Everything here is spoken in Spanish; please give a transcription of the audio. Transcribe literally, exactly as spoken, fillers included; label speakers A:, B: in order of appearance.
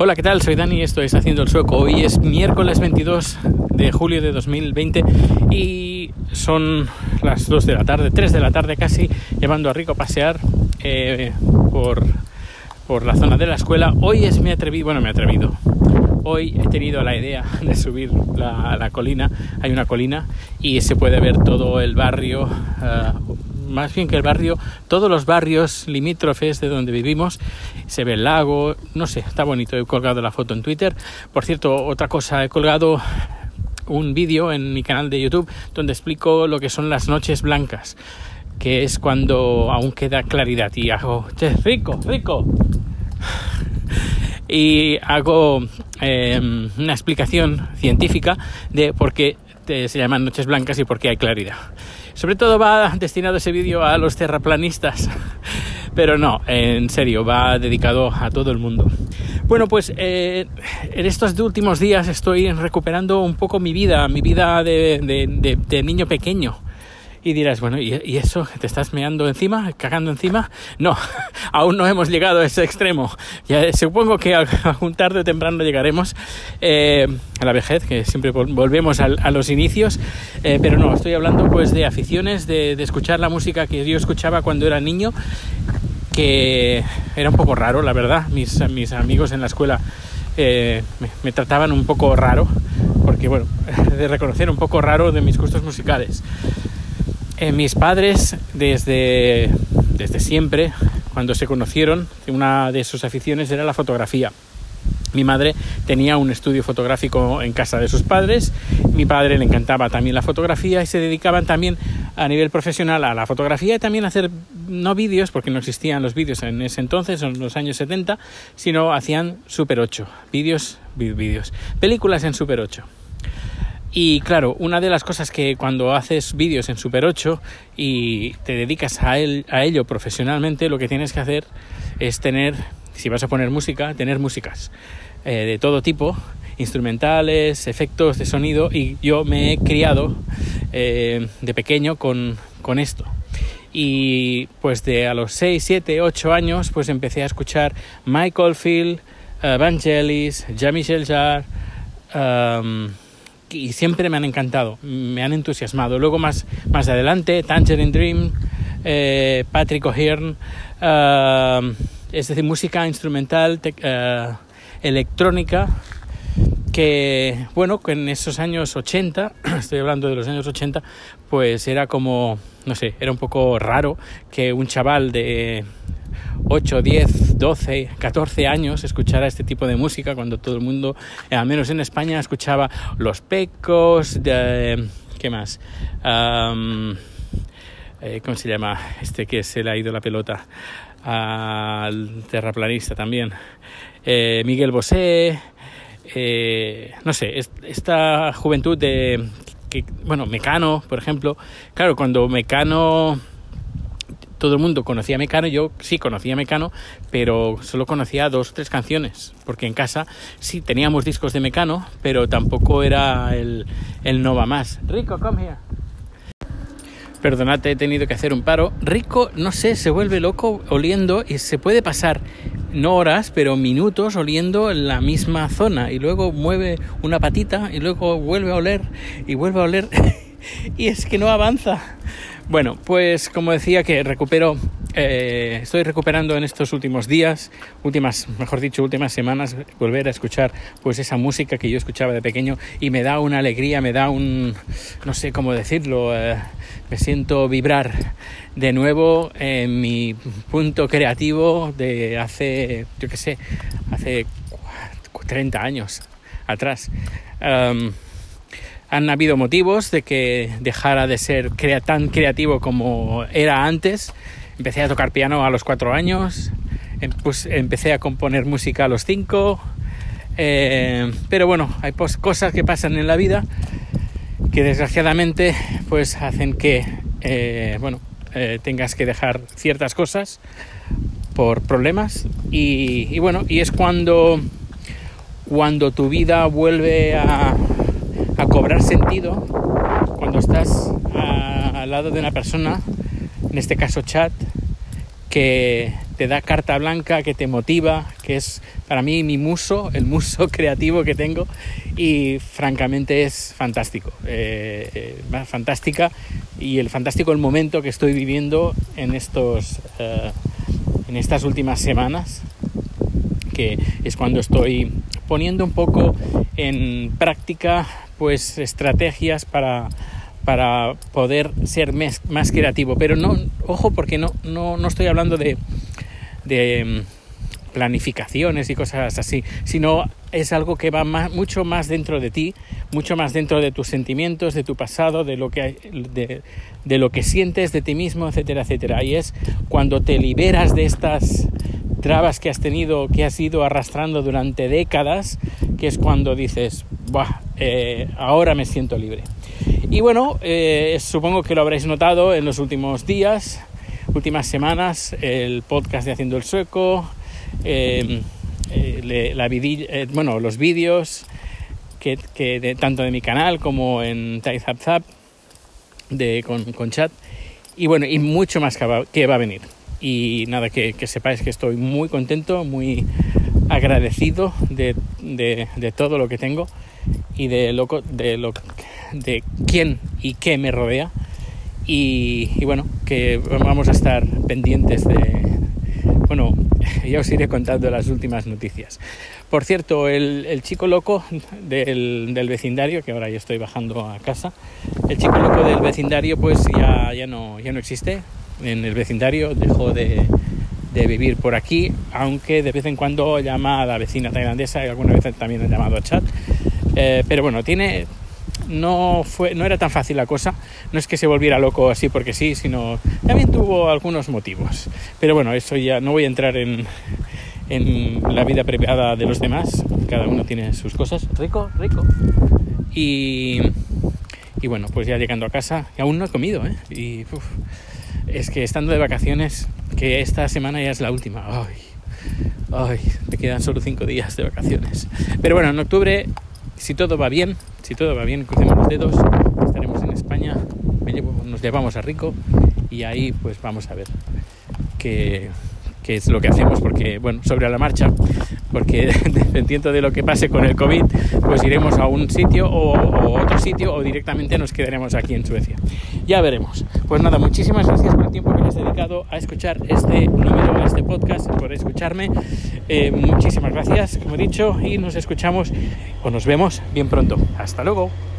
A: Hola, ¿qué tal? Soy Dani, esto es Haciendo el Sueco. Hoy es miércoles veintidós de julio de dos mil veinte y son las dos de la tarde, tres de la tarde casi, llevando a Rico a pasear eh, por, por la zona de la escuela. Hoy es me he atrevido, bueno, me he atrevido. Hoy he tenido la idea de subir la, la colina. Hay una colina y se puede ver todo el barrio, uh, más bien que el barrio, todos los barrios limítrofes de donde vivimos. Se ve el lago, no sé, está bonito. He colgado la foto en Twitter. Por cierto, otra cosa, he colgado un vídeo en mi canal de YouTube donde explico lo que son las noches blancas, que es cuando aún queda claridad y hago che, rico, rico y hago eh, una explicación científica de por qué se llaman noches blancas y por qué hay claridad. Sobre todo va destinado ese vídeo a los terraplanistas, pero no, en serio, va dedicado a todo el mundo. Bueno, pues eh, en estos últimos días estoy recuperando un poco mi vida, mi vida de, de, de, de niño pequeño. Y dirás, bueno, ¿y, ¿y eso? ¿Te estás meando encima? ¿Cagando encima? No, aún no hemos llegado a ese extremo. Ya, supongo que algún tarde o temprano llegaremos eh, a la vejez, que siempre volvemos a, a los inicios. Eh, pero no, estoy hablando pues de aficiones, de, de escuchar la música que yo escuchaba cuando era niño, que era un poco raro, la verdad. Mis, mis amigos en la escuela eh, me, me trataban un poco raro, porque, bueno, de reconocer un poco raro de mis gustos musicales. Eh, mis padres, desde, desde siempre, cuando se conocieron, una de sus aficiones era la fotografía. Mi madre tenía un estudio fotográfico en casa de sus padres, mi padre le encantaba también la fotografía y se dedicaban también a nivel profesional a la fotografía y también a hacer, no vídeos, porque no existían los vídeos en ese entonces, en los años setenta, sino hacían Super ocho, vídeos, vídeos, películas en Super ocho. Y claro, una de las cosas que cuando haces vídeos en Super ocho y te dedicas a, él, a ello profesionalmente, lo que tienes que hacer es tener, si vas a poner música, tener músicas eh, de todo tipo, instrumentales, efectos de sonido, y yo me he criado eh, de pequeño con, con esto. Y pues de a los seis, siete, ocho años pues empecé a escuchar Mike Oldfield, uh, Vangelis, Jean-Michel Jarre, um, y siempre me han encantado, me han entusiasmado. Luego más, más adelante, Tangerine Dream, eh, Patrick O'Hearn, uh, es decir, música instrumental, te, uh, electrónica, que, bueno, que en esos años ochenta, estoy hablando de los años ochenta, pues era como, no sé, era un poco raro que un chaval de ocho, diez, doce, catorce años escuchara este tipo de música cuando todo el mundo, al menos en España, escuchaba Los Pecos, de, ¿qué más? Um, eh, ¿Cómo se llama? Este que se le ha ido la pelota al terraplanista también. Eh, Miguel Bosé, eh, no sé, es, esta juventud de, que, bueno, Mecano, por ejemplo. Claro, cuando Mecano... Todo el mundo conocía a Mecano, yo sí conocía a Mecano, pero solo conocía dos o tres canciones, porque en casa sí teníamos discos de Mecano, pero tampoco era el, el no va más. Rico, come here. Perdonad, he tenido que hacer un paro. Rico, no sé, se vuelve loco oliendo y se puede pasar, no horas, pero minutos oliendo en la misma zona y luego mueve una patita y luego vuelve a oler y vuelve a oler y es que no avanza. Bueno, pues como decía que recupero, eh, estoy recuperando en estos últimos días, últimas, mejor dicho, últimas semanas, volver a escuchar pues esa música que yo escuchaba de pequeño y me da una alegría, me da un, no sé cómo decirlo, eh, me siento vibrar de nuevo en mi punto creativo de hace, yo qué sé, hace treinta años atrás. Um, Han habido motivos de que dejara de ser crea- tan creativo como era antes. Empecé a tocar piano a los cuatro años, em- pues empecé a componer música a los cinco, eh, pero bueno, hay pos- cosas que pasan en la vida que desgraciadamente pues hacen que eh, bueno, eh, tengas que dejar ciertas cosas por problemas y, y bueno, y es cuando, cuando tu vida vuelve a... a cobrar sentido, cuando estás a, al lado de una persona, en este caso Chad, que te da carta blanca, que te motiva, que es para mí mi muso, el muso creativo que tengo, y francamente es fantástico, eh, eh, fantástica, y el fantástico el momento que estoy viviendo en estos eh, en estas últimas semanas, que es cuando estoy poniendo un poco en práctica pues estrategias para para poder ser más, más creativo, pero no, ojo, porque no, no, no estoy hablando de, de planificaciones y cosas así, sino es algo que va más, mucho más dentro de ti, mucho más dentro de tus sentimientos, de tu pasado, de lo que, de, de lo que sientes de ti mismo, etcétera, etcétera. Y es cuando te liberas de estas trabas que has tenido, que has ido arrastrando durante décadas, que es cuando dices, ¡buah! Eh, ahora me siento libre. Y bueno, eh, supongo que lo habréis notado en los últimos días, últimas semanas, el podcast de Haciendo el Sueco, eh, eh, la vidilla, eh, bueno, los vídeos que, que de, tanto de mi canal como en TypeZap de con, con chat, y bueno, y mucho más que va, que va a venir. Y nada, que, que sepáis que estoy muy contento, muy agradecido de, de, de todo lo que tengo y de lo, de lo de quién y qué me rodea, y, y bueno, que vamos a estar pendientes de, bueno, ya os iré contando las últimas noticias. Por cierto, el, el chico loco del, del vecindario, que ahora ya estoy bajando a casa, el chico loco del vecindario pues ya, ya, no, ya no existe en el vecindario, dejó de, de vivir por aquí, aunque de vez en cuando llama a la vecina tailandesa y alguna vez también ha llamado a chat, eh, pero bueno, tiene... No fue, no era tan fácil la cosa, no es que se volviera loco así porque sí, sino también tuvo algunos motivos. Pero bueno, eso ya no voy a entrar en, en la vida privada de los demás, cada uno tiene sus cosas. Rico, rico. Y, y bueno, pues ya llegando a casa, y aún no he comido, ¿eh? Y uf, es que estando de vacaciones, que esta semana ya es la última. Ay, ay, me quedan solo cinco días de vacaciones. Pero bueno, en octubre, si todo va bien, si todo va bien, crucemos los dedos, estaremos en España, me llevo, nos llevamos a Rico y ahí pues vamos a ver qué, qué es lo que hacemos, porque bueno, sobre la marcha, porque dependiendo de lo que pase con el COVID, pues iremos a un sitio o, o otro sitio, o directamente nos quedaremos aquí en Suecia. Ya veremos. Pues nada, muchísimas gracias por el tiempo que le has dedicado a escuchar este número, a este podcast, por escucharme. Eh, muchísimas gracias, como he dicho, y nos escuchamos o nos vemos bien pronto. Hasta luego.